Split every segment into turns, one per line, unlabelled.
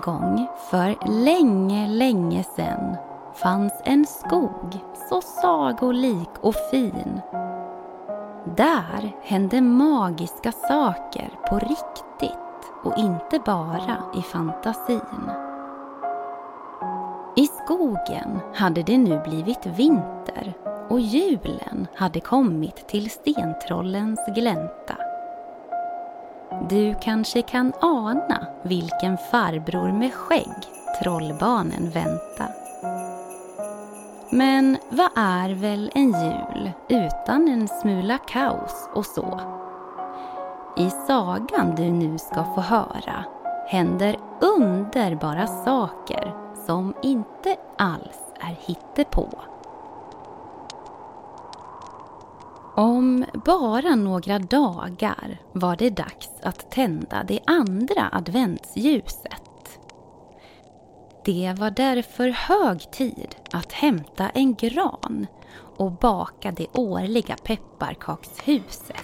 gång för länge, länge sedan fanns en skog så sagolik och fin. Där hände magiska saker på riktigt och inte bara i fantasin. I skogen hade det nu blivit vinter och julen hade kommit till stentrollens glänta. Du kanske kan ana vilken farbror med skägg trollbarnen vänta. Men vad är väl en jul utan en smula kaos och så? I sagan du nu ska få höra händer underbara saker som inte alls är hittepå. Om bara några dagar var det dags att tända det andra adventsljuset. Det var därför hög tid att hämta en gran och baka det årliga pepparkakshuset.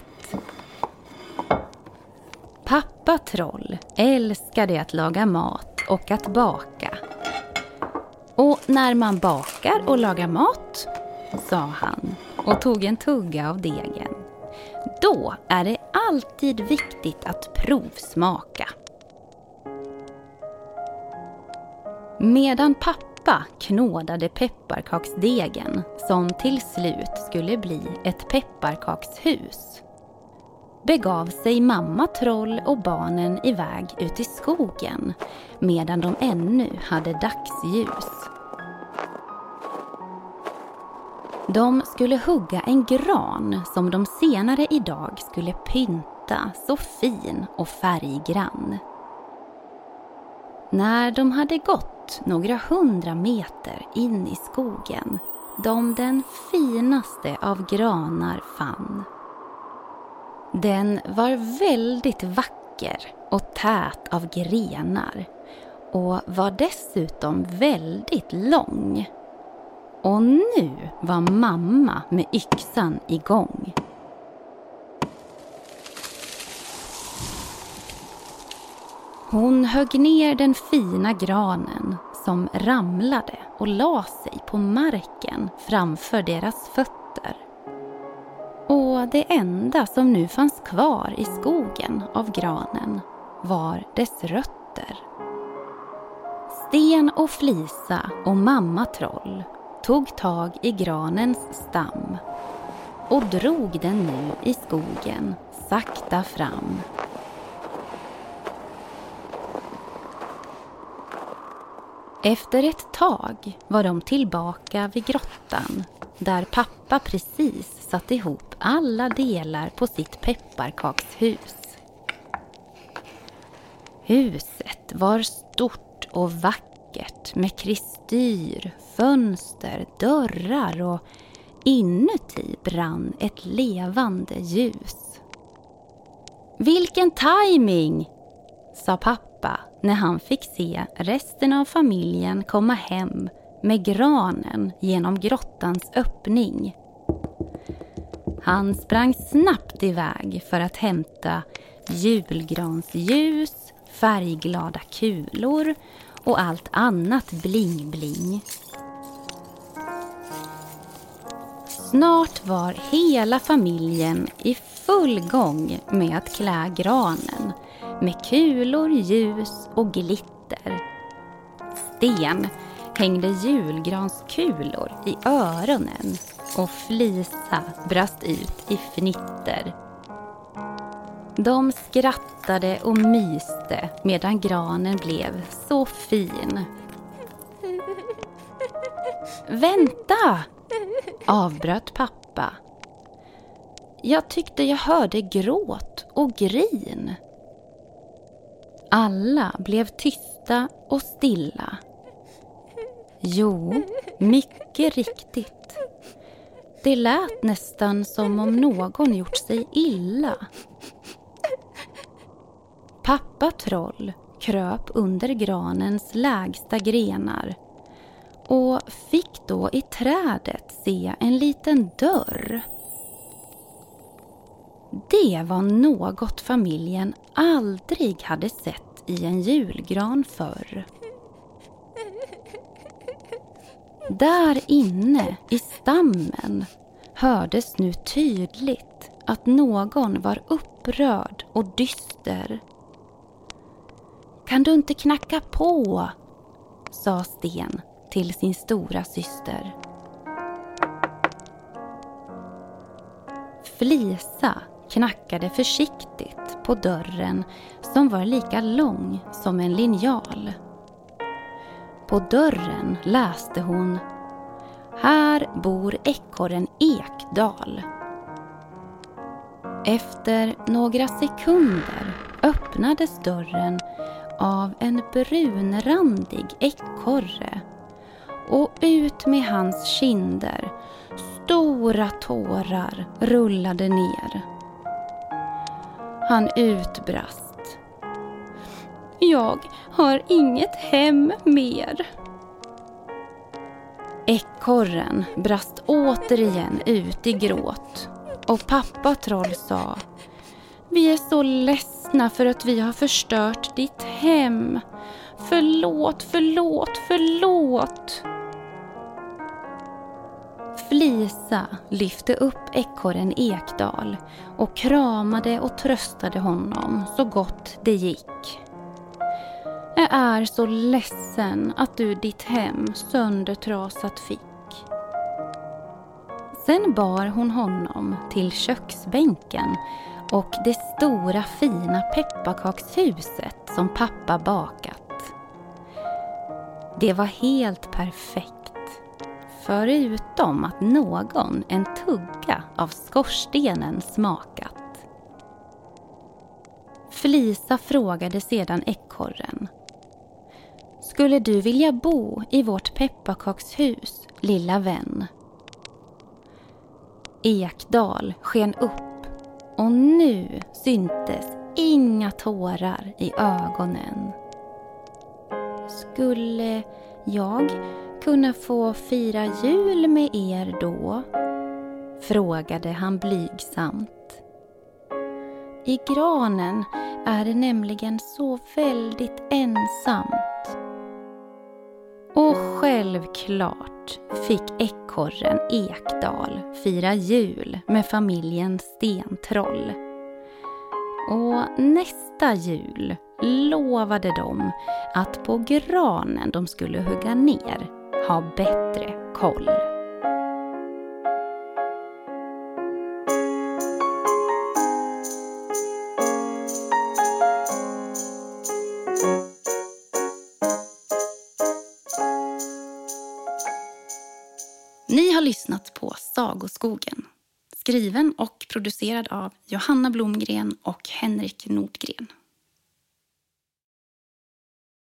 Pappa Troll älskade att laga mat och att baka. Och när man bakar och lagar mat, sa han och tog en tugga av degen, då är det alltid viktigt att provsmaka. Medan pappa knådade pepparkaksdegen som till slut skulle bli ett pepparkakshus, begav sig mamma Troll och barnen iväg ut i skogen medan de ännu hade dagsljus. De skulle hugga en gran som de senare idag skulle pynta så fin och färggrann. När de hade gått några 100 meter in i skogen, de den finaste av granar fann. Den var väldigt vacker och tät av grenar och var dessutom väldigt lång. Och nu var mamma med yxan igång. Hon högg ner den fina granen som ramlade och la sig på marken framför deras fötter. Och det enda som nu fanns kvar i skogen av granen var dess rötter. Sten och Flisa och mamma Troll tog tag i granens stam och drog den nu i skogen sakta fram. Efter ett tag var de tillbaka vid grottan där pappa precis satt ihop alla delar på sitt pepparkakshus. Huset var stort och vackert med kristyr, fönster, dörrar och inuti brann ett levande ljus. Vilken timing, sa pappa när han fick se resten av familjen komma hem med granen genom grottans öppning. Han sprang snabbt iväg för att hämta julgransljus, färgglada kulor och allt annat bling-bling. Snart var hela familjen i full gång med att klä granen med kulor, ljus och glitter. Sten hängde julgranskulor i öronen och Flisa brast ut i fnitter. De skrattade och myste medan granen blev så fin. Vänta! Avbröt pappa. Jag tyckte jag hörde gråt och grin. Alla blev tysta och stilla. Jo, mycket riktigt. Det lät nästan som om någon gjort sig illa. Pappa Troll kröp under granens lägsta grenar och fick då i trädet se en liten dörr. Det var något familjen aldrig hade sett i en julgran förr. Där inne i stammen hördes nu tydligt att någon var upprörd och dyster. Kan du inte knacka på? Sa Sten till sin stora syster. Flisa knackade försiktigt på dörren som var lika lång som en linjal. På dörren läste hon: Här bor ekorren Ekdal. Efter några sekunder öppnades dörren av en brunrandig ekorre och ut med hans kinder stora tårar rullade ner. Han utbrast: Jag har inget hem mer. Ekorren brast återigen ut i gråt och pappa Troll sa: Vi är så ledsna för att vi har förstört ditt hem. Förlåt, förlåt, förlåt. Flisa lyfte upp ekorren Ekdal och kramade och tröstade honom så gott det gick. Jag är så ledsen att du ditt hem söndertrasat fick. Sen bar hon honom till köksbänken och det stora fina pepparkakshuset som pappa bakat. Det var helt perfekt. Förutom att någon en tugga av skorstenen smakat. Flisa frågade sedan ekorren: Skulle du vilja bo i vårt pepparkakshus, lilla vän? Ekdal sken upp och nu syntes inga tårar i ögonen. Skulle jag kunna få fira jul med er då? Frågade han blygsamt. I granen är det nämligen så väldigt ensamt. Och självklart fick ekorren Ekdal fira jul med familjen Stentroll. Och nästa jul lovade de att på granen de skulle hugga ner ha bättre koll. Ni har lyssnat på Sagoskogen, skriven och producerad av Johanna Blomgren och Henrik Nordgren.